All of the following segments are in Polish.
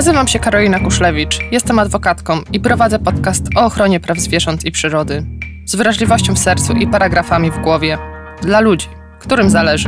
Nazywam się Karolina Kuszlewicz, jestem adwokatką i prowadzę podcast o ochronie praw zwierząt i przyrody. Z wrażliwością w sercu i paragrafami w głowie. Dla ludzi, którym zależy.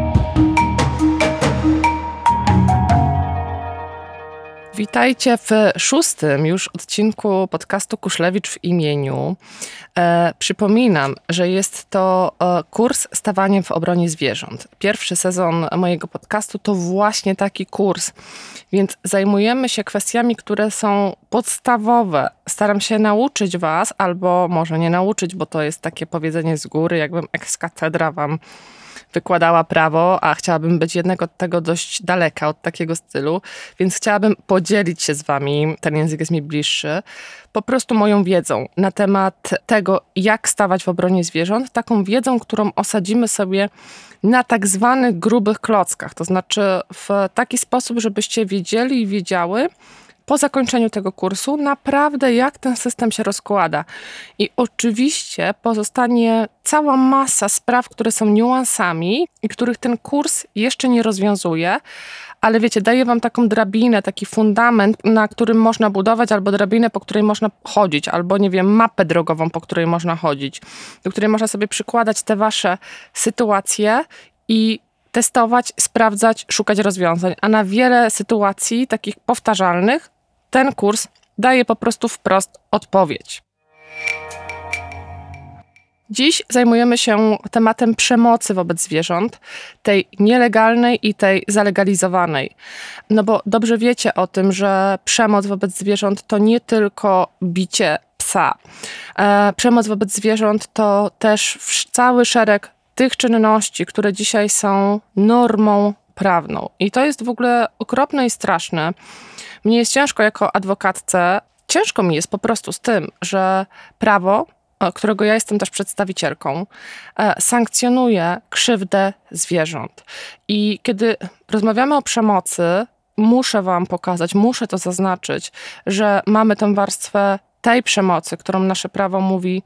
Witajcie w 6. już odcinku podcastu Kuszlewicz w imieniu. Przypominam, że jest to kurs Stawanie w obronie zwierząt. Pierwszy sezon mojego podcastu to właśnie taki kurs, więc zajmujemy się kwestiami, które są podstawowe. Staram się nauczyć was, albo może nie nauczyć, bo to jest takie powiedzenie z góry, jakbym ex cathedra wam wykładała prawo, a chciałabym być jednak od tego dość daleka, od takiego stylu, więc chciałabym podzielić się z wami, ten język jest mi bliższy, po prostu moją wiedzą na temat tego, jak stawać w obronie zwierząt, taką wiedzą, którą osadzimy sobie na tak zwanych grubych klockach, to znaczy w taki sposób, żebyście wiedzieli i wiedziały, po zakończeniu tego kursu naprawdę jak ten system się rozkłada. I oczywiście pozostanie cała masa spraw, które są niuansami i których ten kurs jeszcze nie rozwiązuje, ale wiecie, daje wam taką drabinę, taki fundament, na którym można budować, albo drabinę, po której można chodzić, albo nie wiem, mapę drogową, po której można chodzić, do której można sobie przykładać te wasze sytuacje i testować, sprawdzać, szukać rozwiązań. A na wiele sytuacji takich powtarzalnych ten kurs daje po prostu wprost odpowiedź. Dziś zajmujemy się tematem przemocy wobec zwierząt, tej nielegalnej i tej zalegalizowanej. No bo dobrze wiecie o tym, że przemoc wobec zwierząt to nie tylko bicie psa. Przemoc wobec zwierząt to też cały szereg tych czynności, które dzisiaj są normą prawną. I to jest w ogóle okropne i straszne. Mnie jest ciężko jako adwokatce, ciężko mi jest po prostu z tym, że prawo, którego ja jestem też przedstawicielką, sankcjonuje krzywdę zwierząt. I kiedy rozmawiamy o przemocy, muszę wam pokazać, muszę to zaznaczyć, że mamy tę warstwę tej przemocy, którą nasze prawo mówi,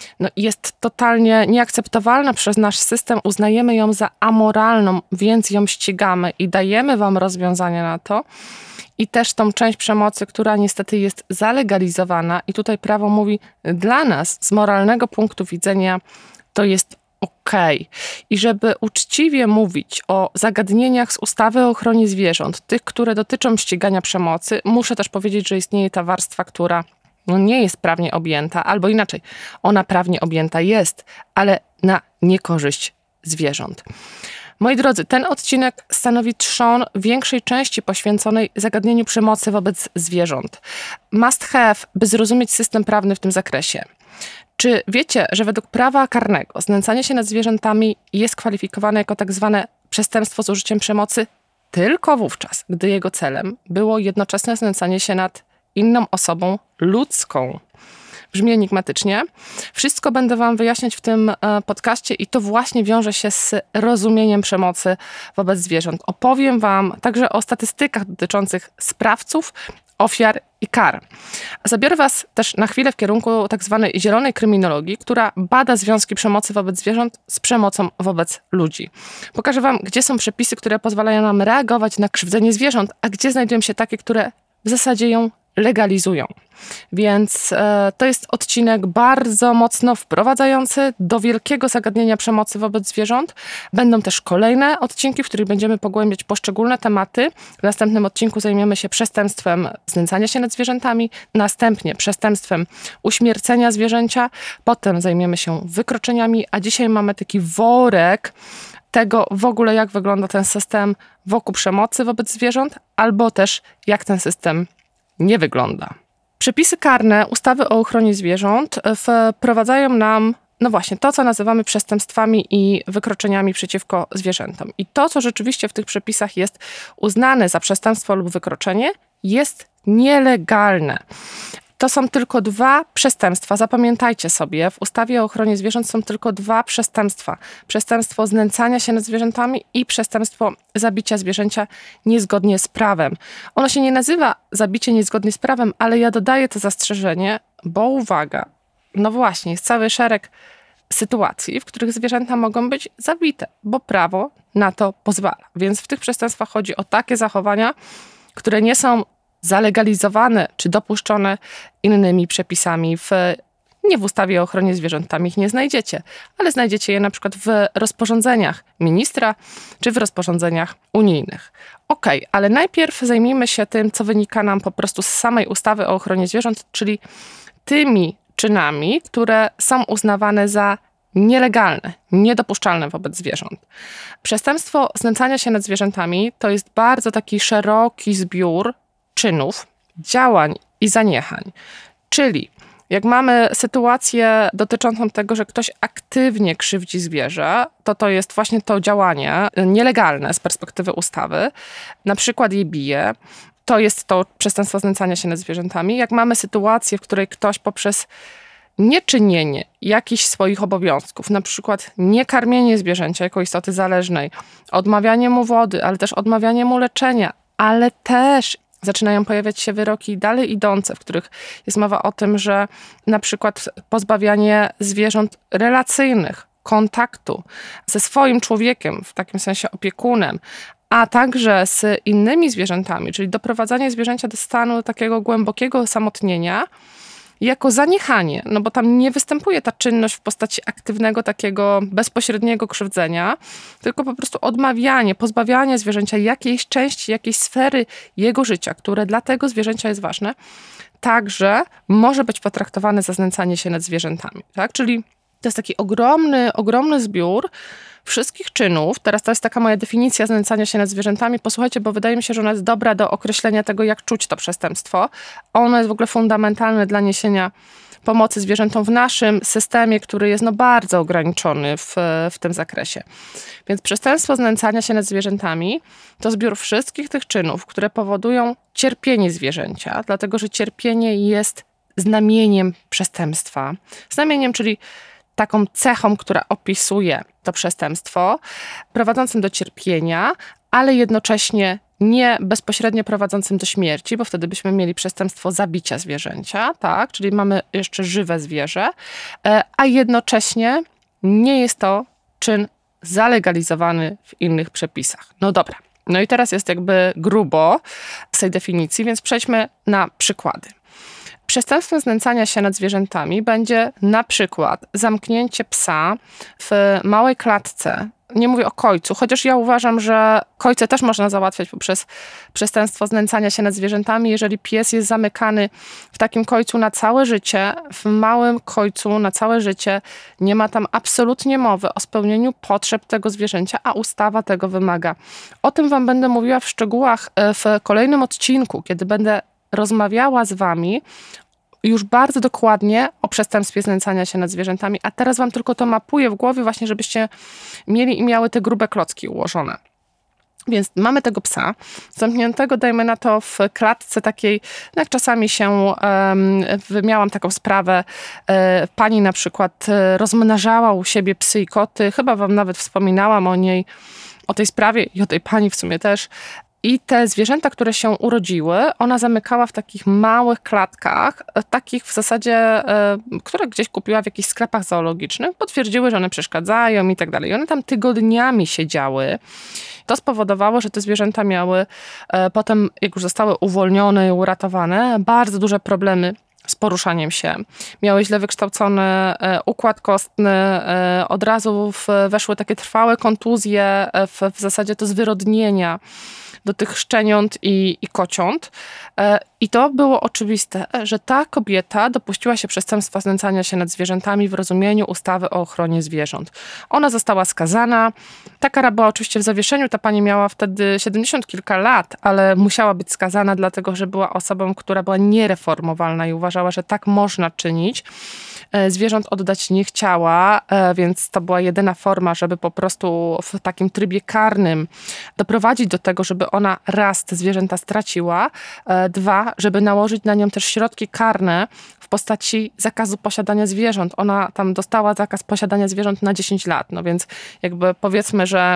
jest totalnie nieakceptowalna przez nasz system, uznajemy ją za amoralną, więc ją ścigamy i dajemy wam rozwiązania na to. I też tą część przemocy, która niestety jest zalegalizowana i tutaj prawo mówi, dla nas z moralnego punktu widzenia to jest okej. I żeby uczciwie mówić o zagadnieniach z ustawy o ochronie zwierząt, tych, które dotyczą ścigania przemocy, muszę też powiedzieć, że istnieje ta warstwa, która nie jest prawnie objęta, albo inaczej, ona prawnie objęta jest, ale na niekorzyść zwierząt. Moi drodzy, ten odcinek stanowi trzon większej części poświęconej zagadnieniu przemocy wobec zwierząt. Must have, by zrozumieć system prawny w tym zakresie. Czy wiecie, że według prawa karnego znęcanie się nad zwierzętami jest kwalifikowane jako tak zwane przestępstwo z użyciem przemocy tylko wówczas, gdy jego celem było jednoczesne znęcanie się nad inną osobą ludzką. Brzmi enigmatycznie. Wszystko będę wam wyjaśniać w tym podcaście i to właśnie wiąże się z rozumieniem przemocy wobec zwierząt. Opowiem wam także o statystykach dotyczących sprawców, ofiar i kar. Zabiorę was też na chwilę w kierunku tak zwanej zielonej kryminologii, która bada związki przemocy wobec zwierząt z przemocą wobec ludzi. Pokażę wam, gdzie są przepisy, które pozwalają nam reagować na krzywdzenie zwierząt, a gdzie znajdują się takie, które w zasadzie ją legalizują. Więc to jest odcinek bardzo mocno wprowadzający do wielkiego zagadnienia przemocy wobec zwierząt. Będą też kolejne odcinki, w których będziemy pogłębiać poszczególne tematy. W następnym odcinku zajmiemy się przestępstwem znęcania się nad zwierzętami, następnie przestępstwem uśmiercenia zwierzęcia, potem zajmiemy się wykroczeniami, a dzisiaj mamy taki worek tego w ogóle, jak wygląda ten system wokół przemocy wobec zwierząt, albo też jak ten system nie wygląda. Przepisy karne ustawy o ochronie zwierząt wprowadzają nam, właśnie, to, co nazywamy przestępstwami i wykroczeniami przeciwko zwierzętom. I to, co rzeczywiście w tych przepisach jest uznane za przestępstwo lub wykroczenie, jest nielegalne. To są tylko 2 przestępstwa. Zapamiętajcie sobie, w ustawie o ochronie zwierząt są tylko 2 przestępstwa. Przestępstwo znęcania się nad zwierzętami i przestępstwo zabicia zwierzęcia niezgodnie z prawem. Ono się nie nazywa zabicie niezgodnie z prawem, ale ja dodaję to zastrzeżenie, bo uwaga, właśnie, jest cały szereg sytuacji, w których zwierzęta mogą być zabite, bo prawo na to pozwala. Więc w tych przestępstwach chodzi o takie zachowania, które nie są zalegalizowane czy dopuszczone innymi przepisami. Nie w ustawie o ochronie zwierząt, tam ich nie znajdziecie, ale znajdziecie je na przykład w rozporządzeniach ministra czy w rozporządzeniach unijnych. Okej, ale najpierw zajmijmy się tym, co wynika nam po prostu z samej ustawy o ochronie zwierząt, czyli tymi czynami, które są uznawane za nielegalne, niedopuszczalne wobec zwierząt. Przestępstwo znęcania się nad zwierzętami to jest bardzo taki szeroki zbiór czynów, działań i zaniechań. Czyli jak mamy sytuację dotyczącą tego, że ktoś aktywnie krzywdzi zwierzę, to jest właśnie to działanie nielegalne z perspektywy ustawy, na przykład je bije, to jest to przestępstwo znęcania się nad zwierzętami. Jak mamy sytuację, w której ktoś poprzez nieczynienie jakichś swoich obowiązków, na przykład niekarmienie zwierzęcia jako istoty zależnej, odmawianie mu wody, ale też odmawianie mu leczenia, ale też zaczynają pojawiać się wyroki dalej idące, w których jest mowa o tym, że na przykład pozbawianie zwierząt relacyjnych, kontaktu ze swoim człowiekiem, w takim sensie opiekunem, a także z innymi zwierzętami, czyli doprowadzanie zwierzęcia do stanu takiego głębokiego osamotnienia, jako zaniechanie, no bo tam nie występuje ta czynność w postaci aktywnego takiego bezpośredniego krzywdzenia, tylko po prostu odmawianie, pozbawianie zwierzęcia jakiejś części, jakiejś sfery jego życia, które dla tego zwierzęcia jest ważne, także może być potraktowane za znęcanie się nad zwierzętami, tak? Czyli to jest taki ogromny zbiór wszystkich czynów. Teraz to jest taka moja definicja znęcania się nad zwierzętami. Posłuchajcie, bo wydaje mi się, że ona jest dobra do określenia tego, jak czuć to przestępstwo. Ono jest w ogóle fundamentalne dla niesienia pomocy zwierzętom w naszym systemie, który jest bardzo ograniczony w tym zakresie. Więc przestępstwo znęcania się nad zwierzętami to zbiór wszystkich tych czynów, które powodują cierpienie zwierzęcia, dlatego że cierpienie jest znamieniem przestępstwa. Znamieniem, czyli taką cechą, która opisuje to przestępstwo, prowadzącym do cierpienia, ale jednocześnie nie bezpośrednio prowadzącym do śmierci, bo wtedy byśmy mieli przestępstwo zabicia zwierzęcia, tak? Czyli mamy jeszcze żywe zwierzę, a jednocześnie nie jest to czyn zalegalizowany w innych przepisach. No dobra, no i teraz jest jakby grubo z tej definicji, więc przejdźmy na przykłady. Przestępstwem znęcania się nad zwierzętami będzie na przykład zamknięcie psa w małej klatce. Nie mówię o kojcu, chociaż ja uważam, że kojce też można załatwiać poprzez przestępstwo znęcania się nad zwierzętami, jeżeli pies jest zamykany w takim kojcu na całe życie, w małym kojcu na całe życie. Nie ma tam absolutnie mowy o spełnieniu potrzeb tego zwierzęcia, a ustawa tego wymaga. O tym wam będę mówiła w szczegółach w kolejnym odcinku, kiedy będę rozmawiała z wami już bardzo dokładnie o przestępstwie znęcania się nad zwierzętami, a teraz wam tylko to mapuję w głowie właśnie, żebyście mieli i miały te grube klocki ułożone. Więc mamy tego psa, zamkniętego, dajmy na to, w klatce takiej, jak czasami się, miałam taką sprawę, pani na przykład rozmnażała u siebie psy i koty, chyba wam nawet wspominałam o niej, o tej sprawie i o tej pani w sumie też. I te zwierzęta, które się urodziły, ona zamykała w takich małych klatkach, takich w zasadzie, które gdzieś kupiła w jakichś sklepach zoologicznych, potwierdziły, że one przeszkadzają i tak dalej. I one tam tygodniami siedziały. To spowodowało, że te zwierzęta miały potem, jak już zostały uwolnione i uratowane, bardzo duże problemy z poruszaniem się. Miały źle wykształcony układ kostny, od razu weszły takie trwałe kontuzje, w zasadzie to zwyrodnienia do tych szczeniąt i kociąt. I to było oczywiste, że ta kobieta dopuściła się przestępstwa znęcania się nad zwierzętami w rozumieniu ustawy o ochronie zwierząt. Ona została skazana. Ta kara była oczywiście w zawieszeniu. Ta pani miała wtedy 70 kilka lat, ale musiała być skazana, dlatego że była osobą, która była niereformowalna i uważała, że tak można czynić. Zwierząt oddać nie chciała, więc to była jedyna forma, żeby po prostu w takim trybie karnym doprowadzić do tego, żeby ona raz te zwierzęta straciła, dwa, żeby nałożyć na nią też środki karne w postaci zakazu posiadania zwierząt. Ona tam dostała zakaz posiadania zwierząt na 10 lat, no więc jakby powiedzmy, że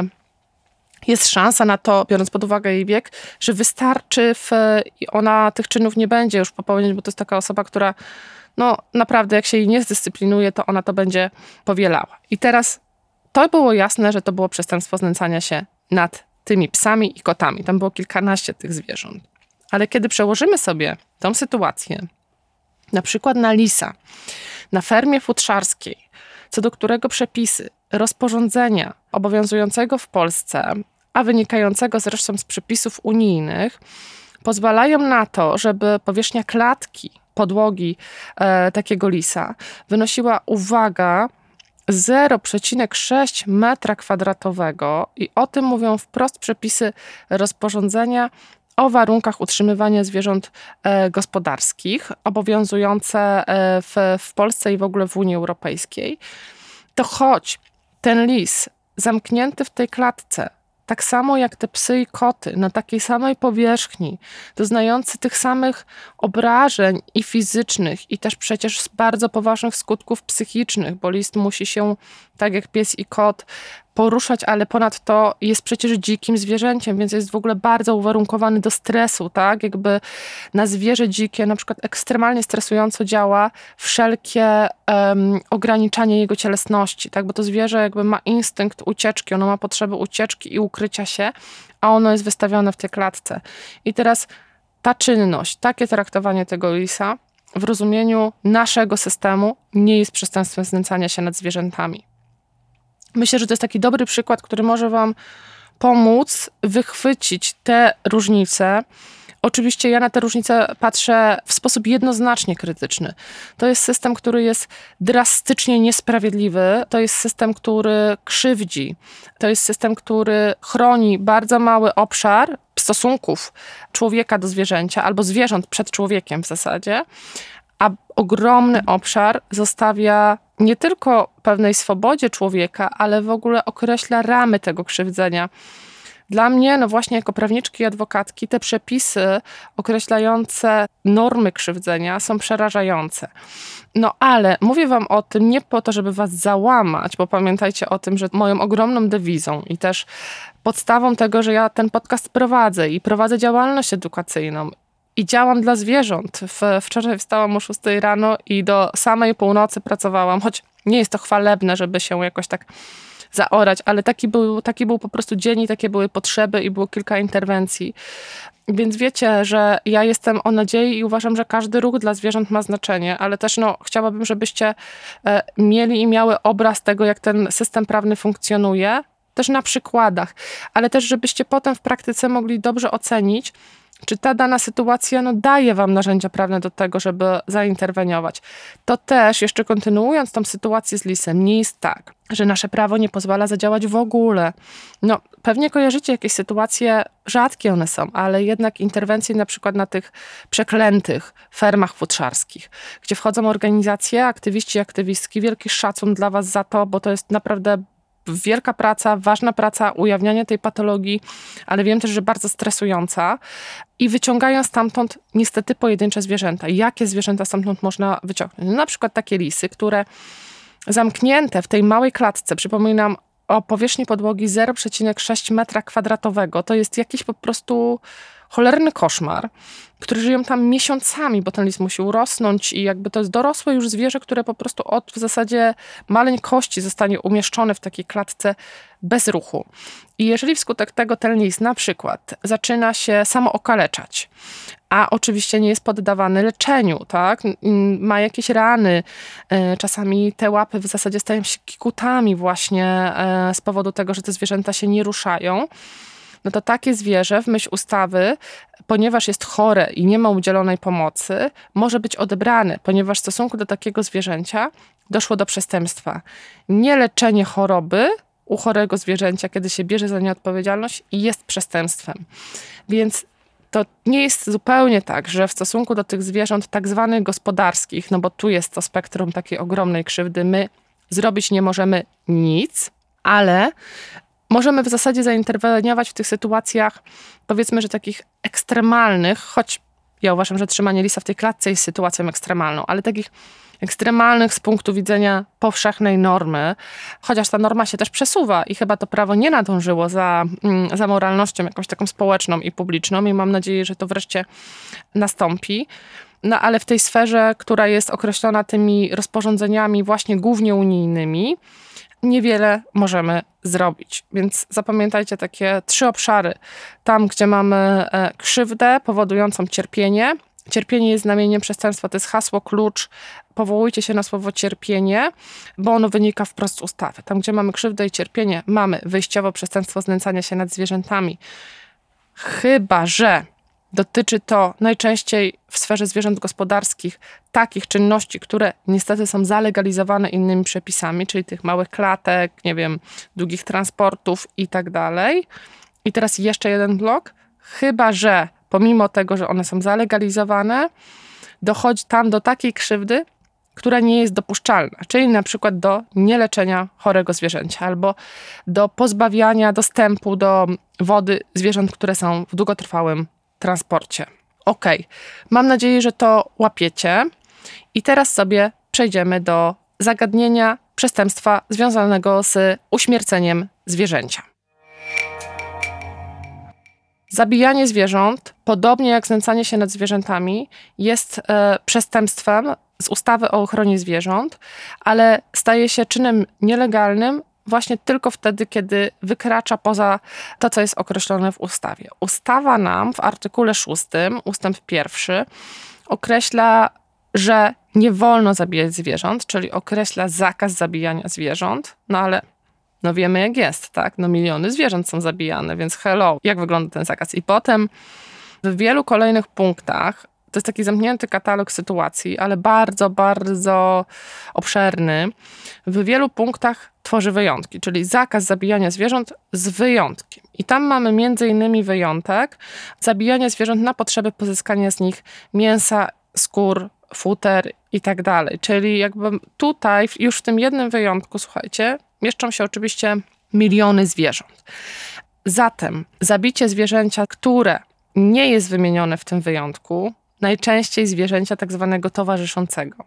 jest szansa na to, biorąc pod uwagę jej wiek, że wystarczy i ona tych czynów nie będzie już popełniać, bo to jest taka osoba, która no naprawdę jak się jej nie zdyscyplinuje, to ona to będzie powielała. I teraz to było jasne, że to było przestępstwo znęcania się nad tymi psami i kotami. Tam było kilkanaście tych zwierząt. Ale kiedy przełożymy sobie tą sytuację, na przykład na lisa, na fermie futrzarskiej, co do którego przepisy rozporządzenia obowiązującego w Polsce, a wynikającego zresztą z przepisów unijnych, pozwalają na to, żeby powierzchnia klatki, podłogi takiego lisa wynosiła, uwaga, 0,6 metra kwadratowego i o tym mówią wprost przepisy rozporządzenia o warunkach utrzymywania zwierząt gospodarskich obowiązujące w Polsce i w ogóle w Unii Europejskiej, to choć ten lis zamknięty w tej klatce, tak samo jak te psy i koty, na takiej samej powierzchni, doznający tych samych obrażeń i fizycznych, i też przecież bardzo poważnych skutków psychicznych, bo lis musi się, tak jak pies i kot, poruszać, ale ponadto jest przecież dzikim zwierzęciem, więc jest w ogóle bardzo uwarunkowany do stresu, tak? Jakby na zwierzę dzikie na przykład ekstremalnie stresująco działa wszelkie ograniczanie jego cielesności, tak? Bo to zwierzę jakby ma instynkt ucieczki, ono ma potrzeby ucieczki i ukrycia się, a ono jest wystawione w tej klatce. I teraz ta czynność, takie traktowanie tego lisa w rozumieniu naszego systemu nie jest przestępstwem znęcania się nad zwierzętami. Myślę, że to jest taki dobry przykład, który może wam pomóc wychwycić te różnice. Oczywiście ja na te różnice patrzę w sposób jednoznacznie krytyczny. To jest system, który jest drastycznie niesprawiedliwy. To jest system, który krzywdzi. To jest system, który chroni bardzo mały obszar stosunków człowieka do zwierzęcia albo zwierząt przed człowiekiem w zasadzie, a ogromny obszar zostawia nie tylko pewnej swobodzie człowieka, ale w ogóle określa ramy tego krzywdzenia. Dla mnie, no właśnie jako prawniczki i adwokatki, te przepisy określające normy krzywdzenia są przerażające. No ale mówię wam o tym nie po to, żeby was załamać, bo pamiętajcie o tym, że moją ogromną dewizą i też podstawą tego, że ja ten podcast prowadzę i prowadzę działalność edukacyjną i działam dla zwierząt. Wczoraj wstałam o 6 rano i do samej północy pracowałam, choć nie jest to chwalebne, żeby się jakoś tak zaorać, ale taki był po prostu dzień i takie były potrzeby i było kilka interwencji. Więc wiecie, że ja jestem o nadziei i uważam, że każdy ruch dla zwierząt ma znaczenie, ale też chciałabym, żebyście mieli i miały obraz tego, jak ten system prawny funkcjonuje, też na przykładach, ale też żebyście potem w praktyce mogli dobrze ocenić, czy ta dana sytuacja daje wam narzędzia prawne do tego, żeby zainterweniować. To też, jeszcze kontynuując tą sytuację z lisem, nie jest tak, że nasze prawo nie pozwala zadziałać w ogóle. Pewnie kojarzycie jakieś sytuacje, rzadkie one są, ale jednak interwencje na przykład na tych przeklętych fermach futrzarskich, gdzie wchodzą organizacje, aktywiści i aktywistki. Wielki szacun dla was za to, bo to jest naprawdę wielka praca, ważna praca, ujawnianie tej patologii, ale wiem też, że bardzo stresująca i wyciągają stamtąd niestety pojedyncze zwierzęta. Jakie zwierzęta stamtąd można wyciągnąć? Na przykład takie lisy, które zamknięte w tej małej klatce, przypominam o powierzchni podłogi 0,6 metra kwadratowego, to jest jakiś po prostu cholerny koszmar, które żyją tam miesiącami, bo ten lis musi urosnąć i jakby to jest dorosłe już zwierzę, które po prostu od w zasadzie maleńkości zostanie umieszczone w takiej klatce bez ruchu. I jeżeli wskutek tego ten lis na przykład zaczyna się samookaleczać, a oczywiście nie jest poddawany leczeniu, tak? Ma jakieś rany, czasami te łapy w zasadzie stają się kikutami właśnie z powodu tego, że te zwierzęta się nie ruszają, to takie zwierzę w myśl ustawy, ponieważ jest chore i nie ma udzielonej pomocy, może być odebrane, ponieważ w stosunku do takiego zwierzęcia doszło do przestępstwa. Nieleczenie choroby u chorego zwierzęcia, kiedy się bierze za nie odpowiedzialność, jest przestępstwem. Więc to nie jest zupełnie tak, że w stosunku do tych zwierząt tak zwanych gospodarskich, bo tu jest to spektrum takiej ogromnej krzywdy, my zrobić nie możemy nic, ale możemy w zasadzie zainterweniować w tych sytuacjach, powiedzmy, że takich ekstremalnych, choć ja uważam, że trzymanie lisa w tej klatce jest sytuacją ekstremalną, ale takich ekstremalnych z punktu widzenia powszechnej normy, chociaż ta norma się też przesuwa i chyba to prawo nie nadążyło za moralnością jakąś taką społeczną i publiczną i mam nadzieję, że to wreszcie nastąpi. Ale w tej sferze, która jest określona tymi rozporządzeniami właśnie głównie unijnymi, niewiele możemy zrobić. Więc zapamiętajcie takie 3 obszary. Tam, gdzie mamy krzywdę powodującą cierpienie. Cierpienie jest znamieniem przestępstwa, to jest hasło, klucz. Powołujcie się na słowo cierpienie, bo ono wynika wprost z ustawy. Tam, gdzie mamy krzywdę i cierpienie, mamy wyjściowo przestępstwo znęcania się nad zwierzętami. Chyba że dotyczy to najczęściej w sferze zwierząt gospodarskich takich czynności, które niestety są zalegalizowane innymi przepisami, czyli tych małych klatek, długich transportów i tak dalej. I teraz jeszcze jeden blok. Chyba że pomimo tego, że one są zalegalizowane, dochodzi tam do takiej krzywdy, która nie jest dopuszczalna, czyli na przykład do nieleczenia chorego zwierzęcia albo do pozbawiania dostępu do wody zwierząt, które są w długotrwałym transporcie. Okej, mam nadzieję, że to łapiecie i teraz sobie przejdziemy do zagadnienia przestępstwa związanego z uśmierceniem zwierzęcia. Zabijanie zwierząt, podobnie jak znęcanie się nad zwierzętami, jest przestępstwem z ustawy o ochronie zwierząt, ale staje się czynem nielegalnym właśnie tylko wtedy, kiedy wykracza poza to, co jest określone w ustawie. Ustawa nam w artykule 6, ustęp 1 określa, że nie wolno zabijać zwierząt, czyli określa zakaz zabijania zwierząt, ale wiemy jak jest, tak? Miliony zwierząt są zabijane, więc hello, jak wygląda ten zakaz? I potem w wielu kolejnych punktach, to jest taki zamknięty katalog sytuacji, ale bardzo, bardzo obszerny, w wielu punktach tworzy wyjątki, czyli zakaz zabijania zwierząt z wyjątkiem. I tam mamy między innymi wyjątek zabijania zwierząt na potrzeby pozyskania z nich mięsa, skór, futer i tak dalej. Czyli tutaj już w tym jednym wyjątku, słuchajcie, mieszczą się oczywiście miliony zwierząt. Zatem zabicie zwierzęcia, które nie jest wymienione w tym wyjątku, najczęściej zwierzęcia tak zwanego towarzyszącego,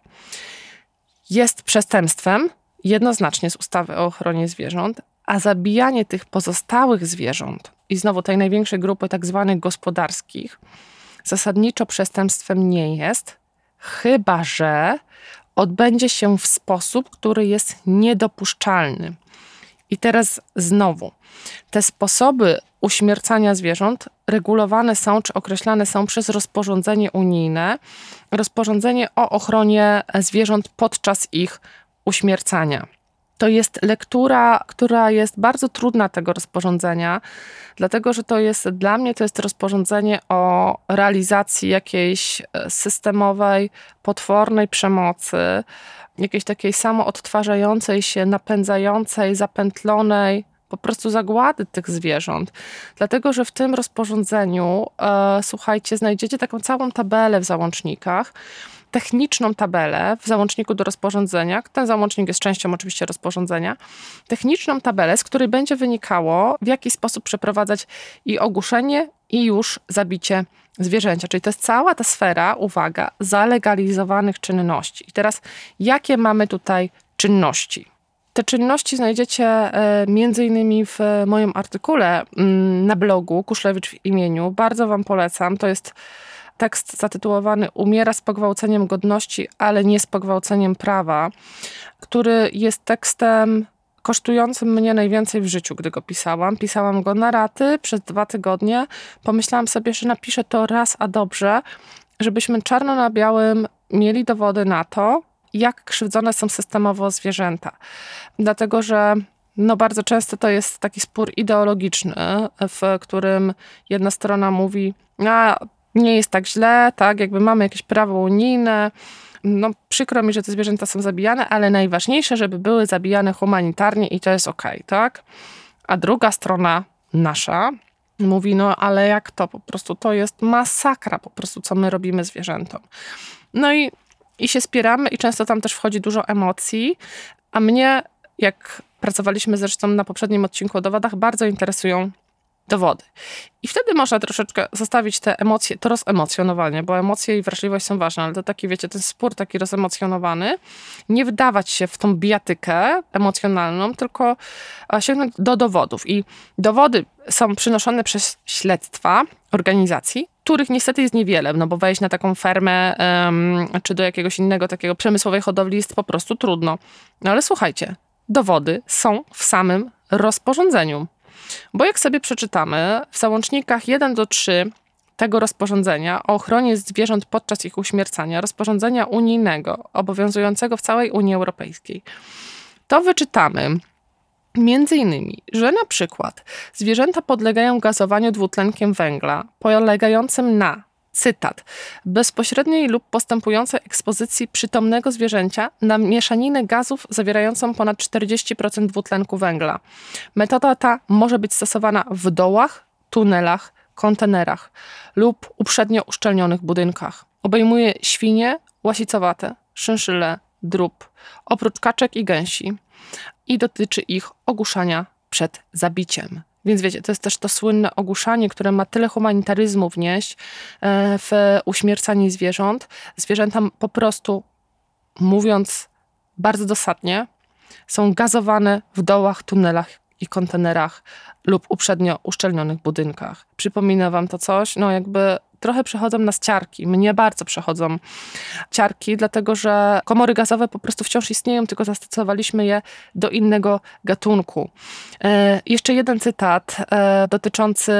jest przestępstwem jednoznacznie z ustawy o ochronie zwierząt, a zabijanie tych pozostałych zwierząt i znowu tej największej grupy tak zwanych gospodarskich zasadniczo przestępstwem nie jest, chyba że odbędzie się w sposób, który jest niedopuszczalny. I teraz znowu, te sposoby uśmiercania zwierząt regulowane są czy określane są przez rozporządzenie unijne, rozporządzenie o ochronie zwierząt podczas ich uśmiercania. To jest lektura, która jest bardzo trudna tego rozporządzenia, dlatego że dla mnie to jest rozporządzenie o realizacji jakiejś systemowej, potwornej przemocy, jakiejś takiej samoodtwarzającej się, napędzającej, zapętlonej po prostu zagłady tych zwierząt. Dlatego, że w tym rozporządzeniu, słuchajcie, znajdziecie taką całą tabelę w załącznikach, techniczną tabelę w załączniku do rozporządzenia. Ten załącznik jest częścią oczywiście rozporządzenia. Techniczną tabelę, z której będzie wynikało, w jaki sposób przeprowadzać i ogłuszenie, i już zabicie zwierzęcia. Czyli to jest cała ta sfera, uwaga, zalegalizowanych czynności. I teraz, jakie mamy tutaj czynności? Te czynności znajdziecie między innymi w moim artykule na blogu Kuszlewicz w imieniu. Bardzo wam polecam. To jest tekst zatytułowany Umiera z pogwałceniem godności, ale nie z pogwałceniem prawa, który jest tekstem kosztującym mnie najwięcej w życiu, gdy go pisałam. Pisałam go na raty przez 2 tygodnie. Pomyślałam sobie, że napiszę to raz, a dobrze, żebyśmy czarno na białym mieli dowody na to, jak krzywdzone są systemowo zwierzęta. Dlatego, że bardzo często to jest taki spór ideologiczny, w którym jedna strona mówi, nie jest tak źle, tak, mamy jakieś prawo unijne, przykro mi, że te zwierzęta są zabijane, ale najważniejsze, żeby były zabijane humanitarnie i to jest okej, tak? A druga strona nasza mówi, ale jak to? Po prostu to jest masakra po prostu, co my robimy zwierzętom. I się spieramy i często tam też wchodzi dużo emocji, a mnie, jak pracowaliśmy zresztą na poprzednim odcinku o dowodach, bardzo interesują dowody. I wtedy można troszeczkę zostawić te emocje, to rozemocjonowanie, bo emocje i wrażliwość są ważne, ale to taki, wiecie, ten spór taki rozemocjonowany, nie wdawać się w tą bijatykę emocjonalną, tylko sięgnąć do dowodów. I dowody są przynoszone przez śledztwa organizacji, których niestety jest niewiele, bo wejść na taką fermę czy do jakiegoś innego takiego przemysłowej hodowli jest po prostu trudno. Ale słuchajcie, dowody są w samym rozporządzeniu. Bo jak sobie przeczytamy w załącznikach 1-3 tego rozporządzenia o ochronie zwierząt podczas ich uśmiercania, rozporządzenia unijnego obowiązującego w całej Unii Europejskiej, to wyczytamy między innymi, że na przykład zwierzęta podlegają gazowaniu dwutlenkiem węgla polegającym na, cytat, bezpośredniej lub postępującej ekspozycji przytomnego zwierzęcia na mieszaninę gazów zawierającą ponad 40% dwutlenku węgla. Metoda ta może być stosowana w dołach, tunelach, kontenerach lub uprzednio uszczelnionych budynkach. Obejmuje świnie, łasicowate, szynszyle, drób, oprócz kaczek i gęsi i dotyczy ich ogłuszania przed zabiciem. Więc wiecie, to jest też to słynne ogłuszanie, które ma tyle humanitaryzmu wnieść w uśmiercanie zwierząt. Zwierzęta po prostu, mówiąc bardzo dosadnie, są gazowane w dołach, tunelach i kontenerach lub uprzednio uszczelnionych budynkach. Przypomina wam to coś? No jakby trochę przechodzą nas ciarki. Mnie bardzo przechodzą ciarki, dlatego że komory gazowe po prostu wciąż istnieją, tylko zastosowaliśmy je do innego gatunku. Jeszcze jeden cytat dotyczący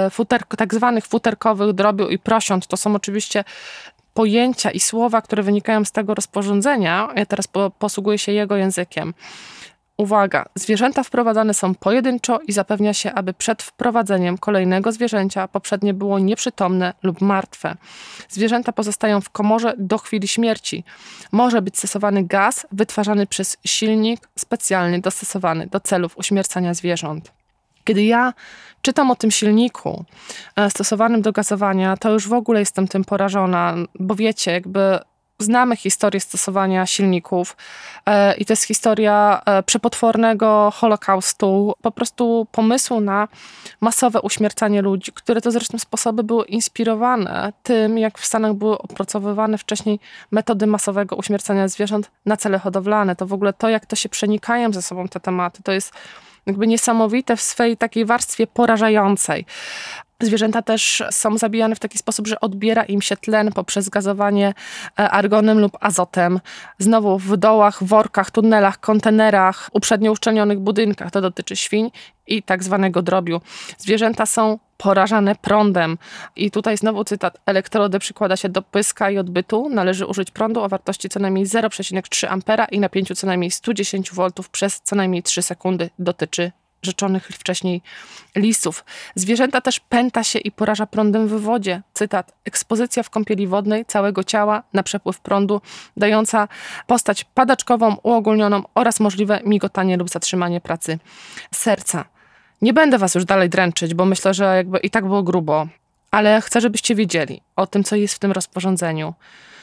tak zwanych futerkowych drobiu i prosiąt. To są oczywiście pojęcia i słowa, które wynikają z tego rozporządzenia. Ja teraz posługuję się jego językiem. Uwaga, zwierzęta wprowadzane są pojedynczo i zapewnia się, aby przed wprowadzeniem kolejnego zwierzęcia poprzednie było nieprzytomne lub martwe. Zwierzęta pozostają w komorze do chwili śmierci. Może być stosowany gaz wytwarzany przez silnik specjalnie dostosowany do celów uśmiercania zwierząt. Kiedy ja czytam o tym silniku stosowanym do gazowania, to już w ogóle jestem tym porażona, bo wiecie, jakby znamy historię stosowania silników i to jest historia przepotwornego Holokaustu, po prostu pomysłu na masowe uśmiercanie ludzi, które to zresztą sposoby były inspirowane tym, jak w Stanach były opracowywane wcześniej metody masowego uśmiercania zwierząt na cele hodowlane. To w ogóle to, jak to się przenikają ze sobą te tematy, to jest jakby niesamowite w swej takiej warstwie porażającej. Zwierzęta też są zabijane w taki sposób, że odbiera im się tlen poprzez gazowanie argonem lub azotem. Znowu w dołach, workach, tunelach, kontenerach, uprzednio uszczelnionych budynkach. To dotyczy świń i tak zwanego drobiu. Zwierzęta są porażane prądem. I tutaj znowu cytat. Elektrody przykłada się do pyska i odbytu. Należy użyć prądu o wartości co najmniej 0,3 A i napięciu co najmniej 110 V przez co najmniej 3 sekundy. Dotyczy rzeczonych wcześniej lisów. Zwierzęta też pęta się i poraża prądem w wodzie. Cytat. Ekspozycja w kąpieli wodnej całego ciała na przepływ prądu, dająca postać padaczkową, uogólnioną oraz możliwe migotanie lub zatrzymanie pracy serca. Nie będę was już dalej dręczyć, bo myślę, że jakby i tak było grubo, ale chcę, żebyście wiedzieli o tym, co jest w tym rozporządzeniu.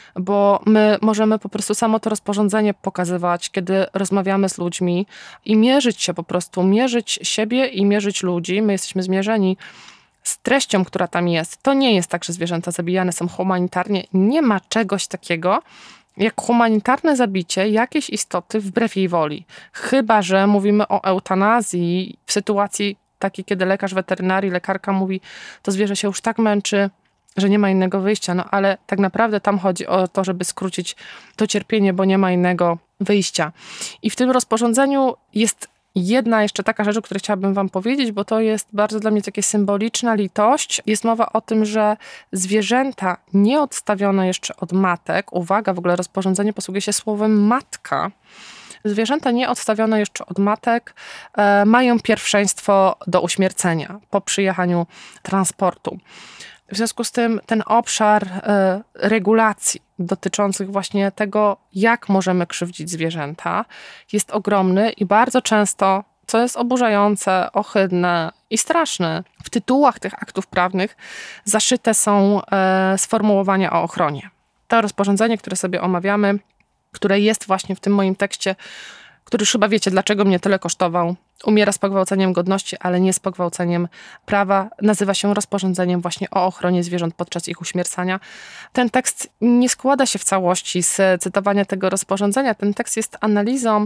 Bo my możemy po prostu samo to rozporządzenie pokazywać, kiedy rozmawiamy z ludźmi i mierzyć się po prostu, mierzyć siebie i mierzyć ludzi. My jesteśmy zmierzeni z treścią, która tam jest. To nie jest tak, że zwierzęta zabijane są humanitarnie. Nie ma czegoś takiego jak humanitarne zabicie jakiejś istoty wbrew jej woli. Chyba że mówimy o eutanazji w sytuacji takiej, kiedy lekarz weterynarii, lekarka mówi, to zwierzę się już tak męczy, że nie ma innego wyjścia, no ale tak naprawdę tam chodzi o to, żeby skrócić to cierpienie, bo nie ma innego wyjścia. I w tym rozporządzeniu jest jedna jeszcze taka rzecz, o której chciałabym wam powiedzieć, bo to jest bardzo dla mnie taka symboliczna litość. Jest mowa o tym, że zwierzęta nieodstawione jeszcze od matek, uwaga, w ogóle rozporządzenie posługuje się słowem matka, zwierzęta nieodstawione jeszcze od matek mają pierwszeństwo do uśmiercenia po przyjechaniu transportu. W związku z tym ten obszar regulacji dotyczących właśnie tego, jak możemy krzywdzić zwierzęta, jest ogromny i bardzo często, co jest oburzające, ohydne i straszne, w tytułach tych aktów prawnych zaszyte są sformułowania o ochronie. To rozporządzenie, które sobie omawiamy, które jest właśnie w tym moim tekście, który już chyba wiecie, dlaczego mnie tyle kosztował, umiera z pogwałceniem godności, ale nie z pogwałceniem prawa. Nazywa się rozporządzeniem właśnie o ochronie zwierząt podczas ich uśmiercania. Ten tekst nie składa się w całości z cytowania tego rozporządzenia. Ten tekst jest analizą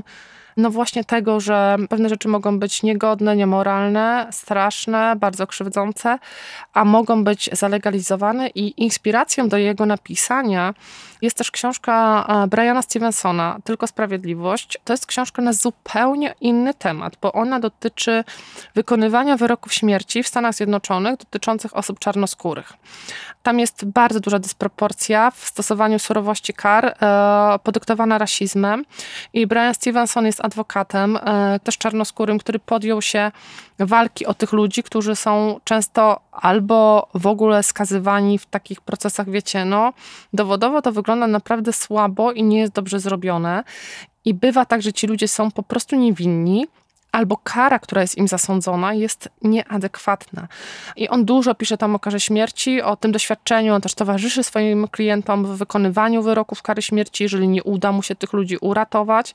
no właśnie tego, że pewne rzeczy mogą być niegodne, niemoralne, straszne, bardzo krzywdzące, a mogą być zalegalizowane i inspiracją do jego napisania jest też książka Briana Stevensona, Tylko Sprawiedliwość. To jest książka na zupełnie inny temat, bo ona dotyczy wykonywania wyroków śmierci w Stanach Zjednoczonych dotyczących osób czarnoskórych. Tam jest bardzo duża dysproporcja w stosowaniu surowości kar, podyktowana rasizmem. I Brian Stevenson jest adwokatem, też czarnoskórym, który podjął się walki o tych ludzi, którzy są często albo w ogóle skazywani w takich procesach, wiecie, no dowodowo to wygląda naprawdę słabo i nie jest dobrze zrobione. I bywa tak, że ci ludzie są po prostu niewinni, albo kara, która jest im zasądzona, jest nieadekwatna. I on dużo pisze tam o karze śmierci, o tym doświadczeniu. On też towarzyszy swoim klientom w wykonywaniu wyroków kary śmierci, jeżeli nie uda mu się tych ludzi uratować.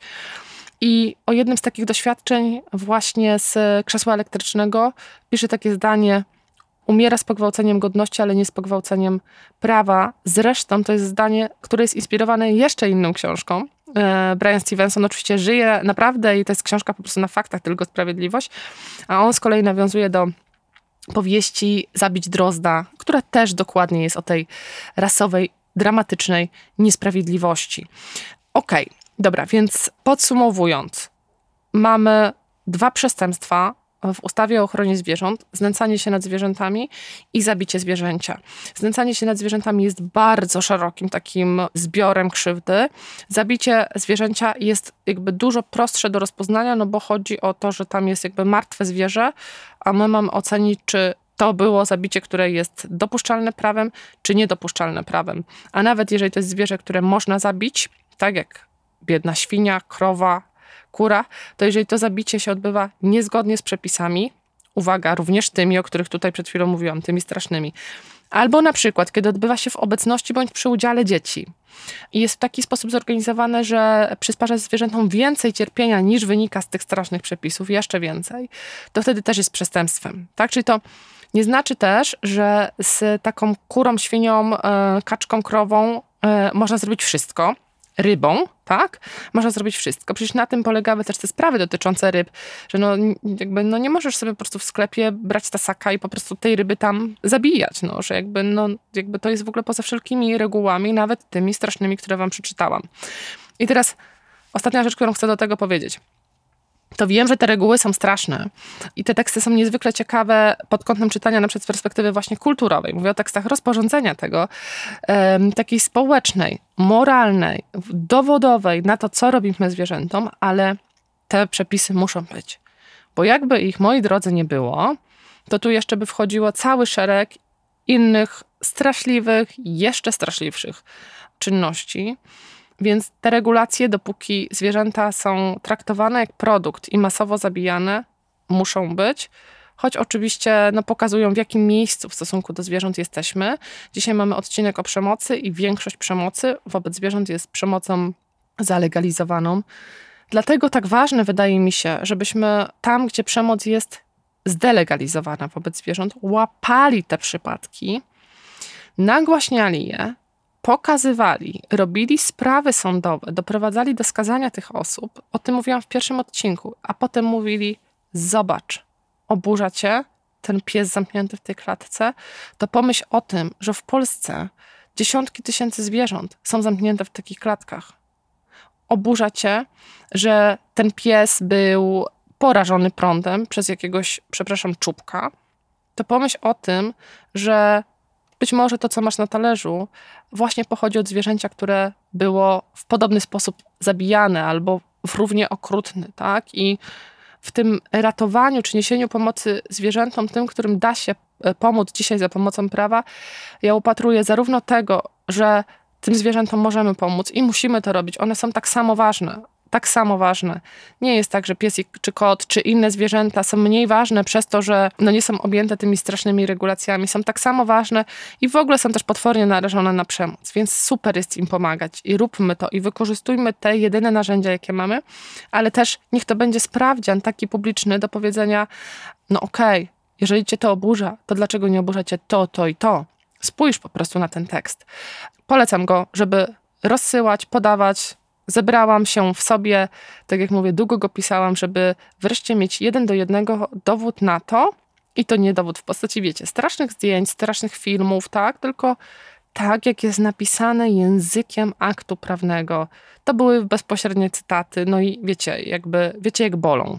I o jednym z takich doświadczeń właśnie z krzesła elektrycznego pisze takie zdanie: umiera z pogwałceniem godności, ale nie z pogwałceniem prawa. Zresztą to jest zdanie, które jest inspirowane jeszcze inną książką. Brian Stevenson oczywiście żyje naprawdę i to jest książka po prostu na faktach, Tylko Sprawiedliwość, a on z kolei nawiązuje do powieści Zabić Drozda, która też dokładnie jest o tej rasowej, dramatycznej niesprawiedliwości. Okej, dobra, więc podsumowując, mamy 2 przestępstwa w ustawie o ochronie zwierząt: znęcanie się nad zwierzętami i zabicie zwierzęcia. Znęcanie się nad zwierzętami jest bardzo szerokim takim zbiorem krzywdy. Zabicie zwierzęcia jest jakby dużo prostsze do rozpoznania, no bo chodzi o to, że tam jest jakby martwe zwierzę, a my mamy ocenić, czy to było zabicie, które jest dopuszczalne prawem, czy niedopuszczalne prawem. A nawet jeżeli to jest zwierzę, które można zabić, tak jak biedna świnia, krowa, kura, to jeżeli to zabicie się odbywa niezgodnie z przepisami, uwaga, również tymi, o których tutaj przed chwilą mówiłam, tymi strasznymi, albo na przykład, kiedy odbywa się w obecności bądź przy udziale dzieci i jest w taki sposób zorganizowane, że przysparza zwierzętom więcej cierpienia niż wynika z tych strasznych przepisów, jeszcze więcej, to wtedy też jest przestępstwem. Tak? Czyli to nie znaczy też, że z taką kurą, świnią, kaczką, krową można zrobić wszystko. Rybą, tak? Można zrobić wszystko. Przecież na tym polegały też te sprawy dotyczące ryb, że nie możesz sobie po prostu w sklepie brać tasaka i po prostu tej ryby tam zabijać, że jakby to jest w ogóle poza wszelkimi regułami, nawet tymi strasznymi, które wam przeczytałam. I teraz ostatnia rzecz, którą chcę do tego powiedzieć. To wiem, że te reguły są straszne i te teksty są niezwykle ciekawe pod kątem czytania, na przykład z perspektywy właśnie kulturowej. Mówię o tekstach rozporządzenia tego, takiej społecznej, moralnej, dowodowej na to, co robimy zwierzętom, ale te przepisy muszą być. Bo jakby ich, moi drodzy, nie było, to tu jeszcze by wchodziło cały szereg innych straszliwych, jeszcze straszliwszych czynności. Więc te regulacje, dopóki zwierzęta są traktowane jak produkt i masowo zabijane, muszą być. Choć oczywiście pokazują, w jakim miejscu w stosunku do zwierząt jesteśmy. Dzisiaj mamy odcinek o przemocy i większość przemocy wobec zwierząt jest przemocą zalegalizowaną. Dlatego tak ważne wydaje mi się, żebyśmy tam, gdzie przemoc jest zdelegalizowana wobec zwierząt, łapali te przypadki, nagłaśniali je, pokazywali, robili sprawy sądowe, doprowadzali do skazania tych osób. O tym mówiłam w pierwszym odcinku, a potem mówili: zobacz, oburza cię ten pies zamknięty w tej klatce, to pomyśl o tym, że w Polsce dziesiątki tysięcy zwierząt są zamknięte w takich klatkach. Oburza cię, że ten pies był porażony prądem przez jakiegoś, czubka. To pomyśl o tym, że być może to, co masz na talerzu, właśnie pochodzi od zwierzęcia, które było w podobny sposób zabijane albo w równie okrutny, tak? I w tym ratowaniu czy niesieniu pomocy zwierzętom, tym, którym da się pomóc dzisiaj za pomocą prawa, ja upatruję zarówno tego, że tym zwierzętom możemy pomóc i musimy to robić. One są tak samo ważne. Tak samo ważne. Nie jest tak, że pies czy kot, czy inne zwierzęta są mniej ważne przez to, że nie są objęte tymi strasznymi regulacjami. Są tak samo ważne i w ogóle są też potwornie narażone na przemoc. Więc super jest im pomagać i róbmy to i wykorzystujmy te jedyne narzędzia, jakie mamy, ale też niech to będzie sprawdzian taki publiczny do powiedzenia: okej, jeżeli cię to oburza, to dlaczego nie oburza cię to i to? Spójrz po prostu na ten tekst. Polecam go, żeby rozsyłać, podawać, zebrałam się w sobie, tak jak mówię, długo go pisałam, żeby wreszcie mieć 1:1 dowód na to, i to nie dowód w postaci, wiecie, strasznych zdjęć, strasznych filmów, tak, tylko tak, jak jest napisane językiem aktu prawnego. To były bezpośrednie cytaty, no i wiecie jak bolą.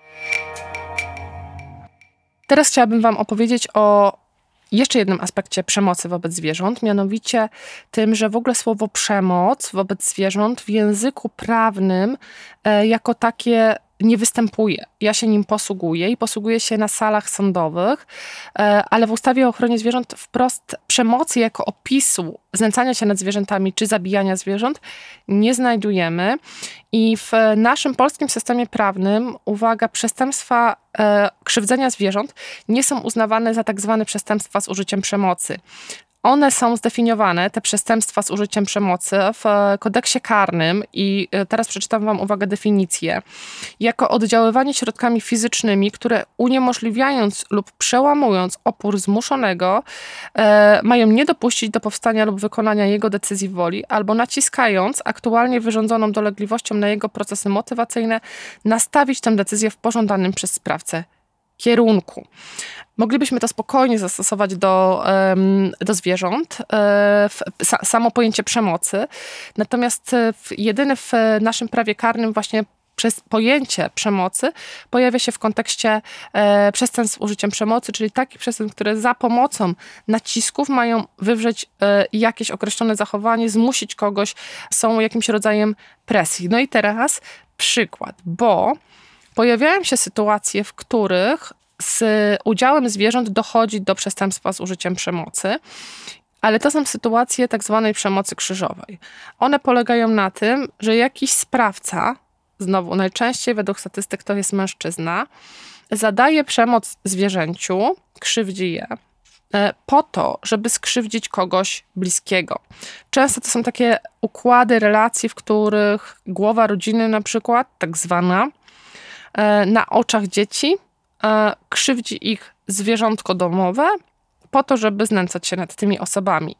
Teraz chciałabym wam opowiedzieć o jeszcze jednym aspekcie przemocy wobec zwierząt, mianowicie tym, że w ogóle słowo przemoc wobec zwierząt w języku prawnym jako takie nie występuje. Ja się nim posługuję i posługuję się na salach sądowych, ale w ustawie o ochronie zwierząt wprost przemocy jako opisu znęcania się nad zwierzętami czy zabijania zwierząt nie znajdujemy. I w naszym polskim systemie prawnym, uwaga, przestępstwa krzywdzenia zwierząt nie są uznawane za tak zwane przestępstwa z użyciem przemocy. One są zdefiniowane, te przestępstwa z użyciem przemocy, w kodeksie karnym i teraz przeczytam wam, uwaga, definicję. Jako oddziaływanie środkami fizycznymi, które uniemożliwiając lub przełamując opór zmuszonego, mają nie dopuścić do powstania lub wykonania jego decyzji woli, albo naciskając aktualnie wyrządzoną dolegliwością na jego procesy motywacyjne, nastawić tę decyzję w pożądanym przez sprawcę kierunku. Moglibyśmy to spokojnie zastosować do zwierząt, samo pojęcie przemocy. Natomiast jedyne w naszym prawie karnym właśnie przez pojęcie przemocy pojawia się w kontekście przestępstw z użyciem przemocy, czyli takich przestępstw, które za pomocą nacisków mają wywrzeć jakieś określone zachowanie, zmusić kogoś, są jakimś rodzajem presji. No i teraz przykład, bo pojawiają się sytuacje, w których z udziałem zwierząt dochodzi do przestępstwa z użyciem przemocy, ale to są sytuacje tak zwanej przemocy krzyżowej. One polegają na tym, że jakiś sprawca, znowu najczęściej według statystyk to jest mężczyzna, zadaje przemoc zwierzęciu, krzywdzi je, po to, żeby skrzywdzić kogoś bliskiego. Często to są takie układy relacji, w których głowa rodziny na przykład, tak zwana, na oczach dzieci krzywdzi ich zwierzątko domowe po to, żeby znęcać się nad tymi osobami.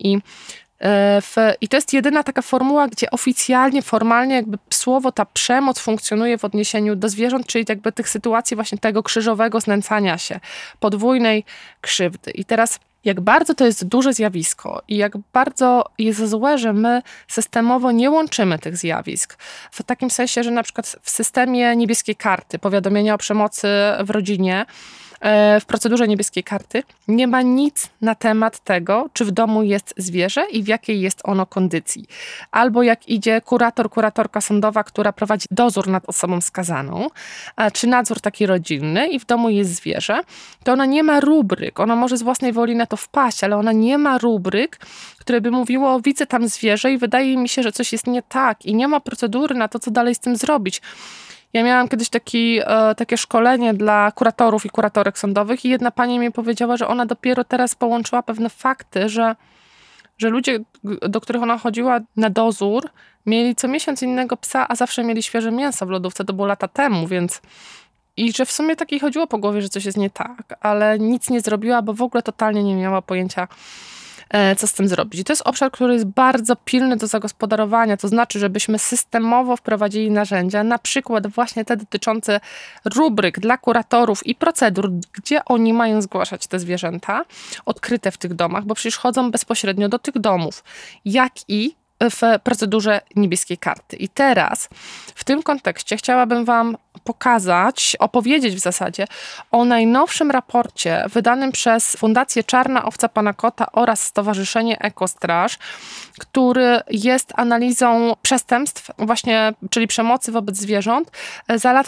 I to jest jedyna taka formuła, gdzie oficjalnie, formalnie jakby słowo ta przemoc funkcjonuje w odniesieniu do zwierząt, czyli jakby tych sytuacji właśnie tego krzyżowego znęcania się, podwójnej krzywdy. I teraz jak bardzo to jest duże zjawisko i jak bardzo jest złe, że my systemowo nie łączymy tych zjawisk. W takim sensie, że na przykład w systemie niebieskiej karty, powiadomienia o przemocy w rodzinie, w procedurze niebieskiej karty nie ma nic na temat tego, czy w domu jest zwierzę i w jakiej jest ono kondycji. Albo jak idzie kuratorka sądowa, która prowadzi dozór nad osobą skazaną, czy nadzór taki rodzinny i w domu jest zwierzę, to ona nie ma rubryk. Ona może z własnej woli na to wpaść, ale ona nie ma rubryk, które by mówiło, widzę tam zwierzę i wydaje mi się, że coś jest nie tak i nie ma procedury na to, co dalej z tym zrobić. Ja miałam kiedyś takie szkolenie dla kuratorów i kuratorek sądowych i jedna pani mi powiedziała, że ona dopiero teraz połączyła pewne fakty, że ludzie, do których ona chodziła na dozór, mieli co miesiąc innego psa, a zawsze mieli świeże mięso w lodówce. To było lata temu, więc... I że w sumie tak jej chodziło po głowie, że coś jest nie tak, ale nic nie zrobiła, bo w ogóle totalnie nie miała pojęcia, co z tym zrobić. I to jest obszar, który jest bardzo pilny do zagospodarowania, to znaczy, żebyśmy systemowo wprowadzili narzędzia, na przykład właśnie te dotyczące rubryk dla kuratorów i procedur, gdzie oni mają zgłaszać te zwierzęta odkryte w tych domach, bo przecież chodzą bezpośrednio do tych domów, jak i w procedurze niebieskiej karty. I teraz w tym kontekście chciałabym wam opowiedzieć w zasadzie o najnowszym raporcie wydanym przez Fundację Czarna Owca Pana Kota oraz Stowarzyszenie Ekostraż, który jest analizą przestępstw właśnie, czyli przemocy wobec zwierząt za lata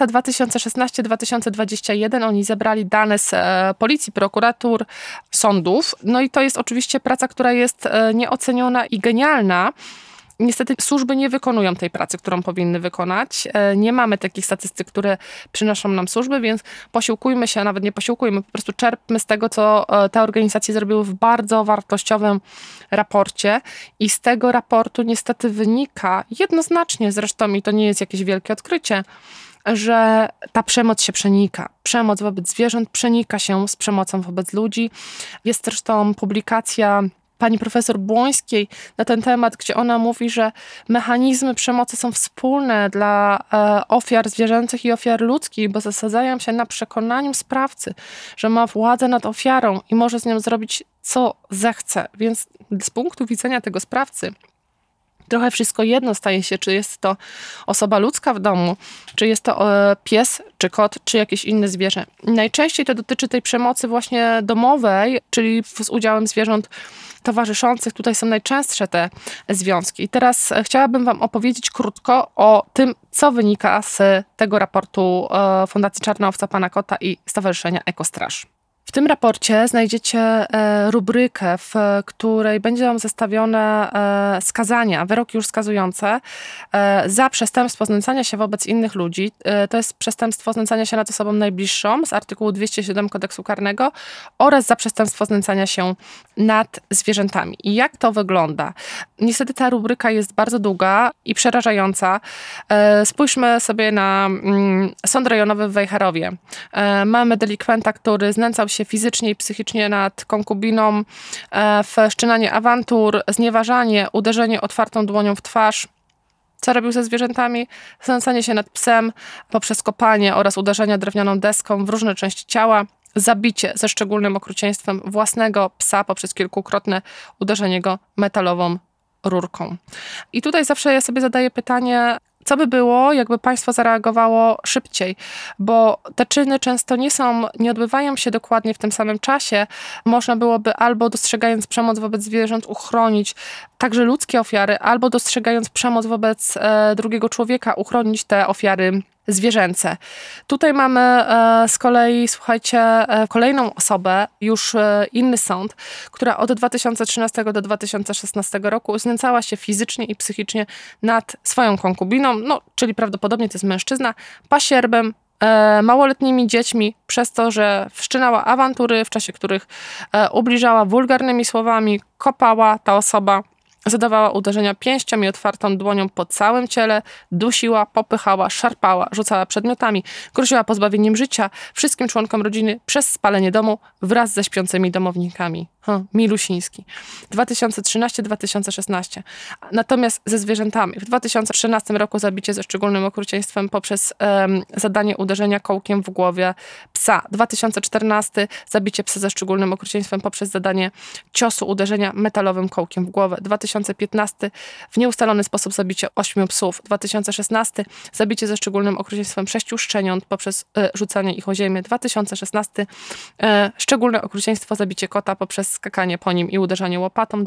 2016-2021. Oni zebrali dane z policji, prokuratur, sądów. No i to jest oczywiście praca, która jest nieoceniona i genialna. Niestety służby nie wykonują tej pracy, którą powinny wykonać. Nie mamy takich statystyk, które przynoszą nam służby, więc posiłkujmy się, a nawet nie posiłkujmy, po prostu czerpmy z tego, co te organizacje zrobiły w bardzo wartościowym raporcie i z tego raportu niestety wynika jednoznacznie, zresztą i to nie jest jakieś wielkie odkrycie, że ta przemoc się przenika. Przemoc wobec zwierząt przenika się z przemocą wobec ludzi. Jest zresztą publikacja pani profesor Błońskiej na ten temat, gdzie ona mówi, że mechanizmy przemocy są wspólne dla ofiar zwierzęcych i ofiar ludzkich, bo zasadzają się na przekonaniu sprawcy, że ma władzę nad ofiarą i może z nią zrobić co zechce. Więc z punktu widzenia tego sprawcy trochę wszystko jedno staje się, czy jest to osoba ludzka w domu, czy jest to pies, czy kot, czy jakieś inne zwierzę. Najczęściej to dotyczy tej przemocy właśnie domowej, czyli z udziałem zwierząt towarzyszących. Tutaj są najczęstsze te związki. I teraz chciałabym wam opowiedzieć krótko o tym, co wynika z tego raportu Fundacji Czarna Owca Pana Kota i Stowarzyszenia Ekostraż. W tym raporcie znajdziecie rubrykę, w której będzie wam zestawione skazania, wyroki już skazujące za przestępstwo znęcania się wobec innych ludzi. To jest przestępstwo znęcania się nad osobą najbliższą z artykułu 207 Kodeksu Karnego oraz za przestępstwo znęcania się nad zwierzętami. I jak to wygląda? Niestety ta rubryka jest bardzo długa i przerażająca. Spójrzmy sobie na Sąd Rejonowy w Wejherowie. Mamy delikwenta, który znęcał się fizycznie i psychicznie nad konkubiną, wszczynanie awantur, znieważanie, uderzenie otwartą dłonią w twarz. Co robił ze zwierzętami? Znęcanie się nad psem poprzez kopanie oraz uderzenia drewnianą deską w różne części ciała. Zabicie ze szczególnym okrucieństwem własnego psa poprzez kilkukrotne uderzenie go metalową rurką. I tutaj zawsze ja sobie zadaję pytanie, co by było, jakby państwo zareagowało szybciej, bo te czyny często nie odbywają się dokładnie w tym samym czasie. Można byłoby albo dostrzegając przemoc wobec zwierząt uchronić także ludzkie ofiary, albo dostrzegając przemoc wobec drugiego człowieka uchronić te ofiary zwierzęce. Tutaj mamy z kolei, słuchajcie, kolejną osobę, już inny sąd, która od 2013 do 2016 roku znęcała się fizycznie i psychicznie nad swoją konkubiną, czyli prawdopodobnie to jest mężczyzna, pasierbem, małoletnimi dziećmi, przez to, że wszczynała awantury, w czasie których ubliżała wulgarnymi słowami, kopała ta osoba, zadawała uderzenia pięścią i otwartą dłonią po całym ciele, dusiła, popychała, szarpała, rzucała przedmiotami, groziła pozbawieniem życia wszystkim członkom rodziny przez spalenie domu wraz ze śpiącymi domownikami. Milusiński. 2013-2016. Natomiast ze zwierzętami. W 2013 roku zabicie ze szczególnym okrucieństwem poprzez zadanie uderzenia kołkiem w głowie psa. 2014 zabicie psa ze szczególnym okrucieństwem poprzez zadanie ciosu uderzenia metalowym kołkiem w głowę. 2015 w nieustalony sposób zabicie 8 psów. 2016 zabicie ze szczególnym okrucieństwem 6 szczeniąt poprzez rzucanie ich o ziemię. 2016 szczególne okrucieństwo zabicie kota poprzez skakanie po nim i uderzanie łopatą.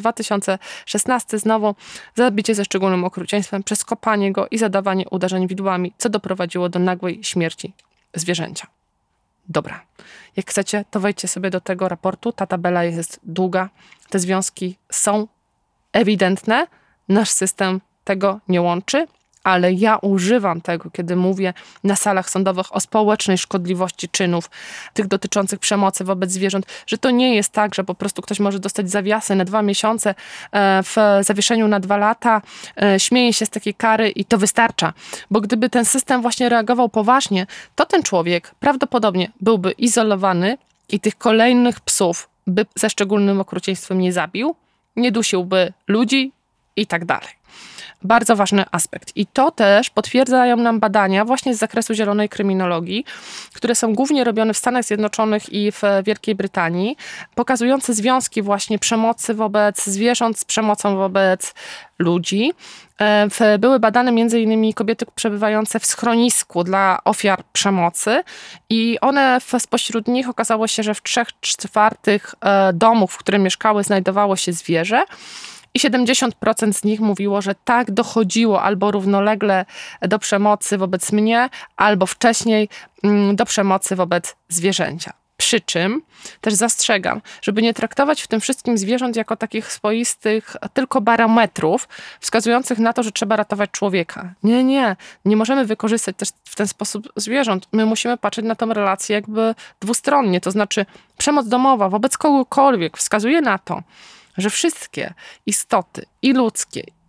2016 znowu zabicie ze szczególnym okrucieństwem przez kopanie go i zadawanie uderzeń widłami, co doprowadziło do nagłej śmierci zwierzęcia. Dobra, jak chcecie, to wejdźcie sobie do tego raportu. Ta tabela jest długa. Te związki są ewidentne. Nasz system tego nie łączy, ale ja używam tego, kiedy mówię na salach sądowych o społecznej szkodliwości czynów, tych dotyczących przemocy wobec zwierząt, że to nie jest tak, że po prostu ktoś może dostać zawiasy na 2 miesiące, w zawieszeniu na 2 lata, śmieje się z takiej kary i to wystarcza. Bo gdyby ten system właśnie reagował poważnie, to ten człowiek prawdopodobnie byłby izolowany i tych kolejnych psów by ze szczególnym okrucieństwem nie zabił, nie dusiłby ludzi i tak dalej. Bardzo ważny aspekt. I to też potwierdzają nam badania właśnie z zakresu zielonej kryminologii, które są głównie robione w Stanach Zjednoczonych i w Wielkiej Brytanii, pokazujące związki właśnie przemocy wobec zwierząt z przemocą wobec ludzi. Były badane m.in. kobiety przebywające w schronisku dla ofiar przemocy i one spośród nich okazało się, że w 3/4 domów, w których mieszkały, znajdowało się zwierzę. I 70% z nich mówiło, że tak, dochodziło albo równolegle do przemocy wobec mnie, albo wcześniej do przemocy wobec zwierzęcia. Przy czym też zastrzegam, żeby nie traktować w tym wszystkim zwierząt jako takich swoistych tylko barometrów wskazujących na to, że trzeba ratować człowieka. Nie możemy wykorzystać też w ten sposób zwierząt. My musimy patrzeć na tę relację jakby dwustronnie, to znaczy przemoc domowa wobec kogokolwiek wskazuje na to, że wszystkie istoty, i ludzkie,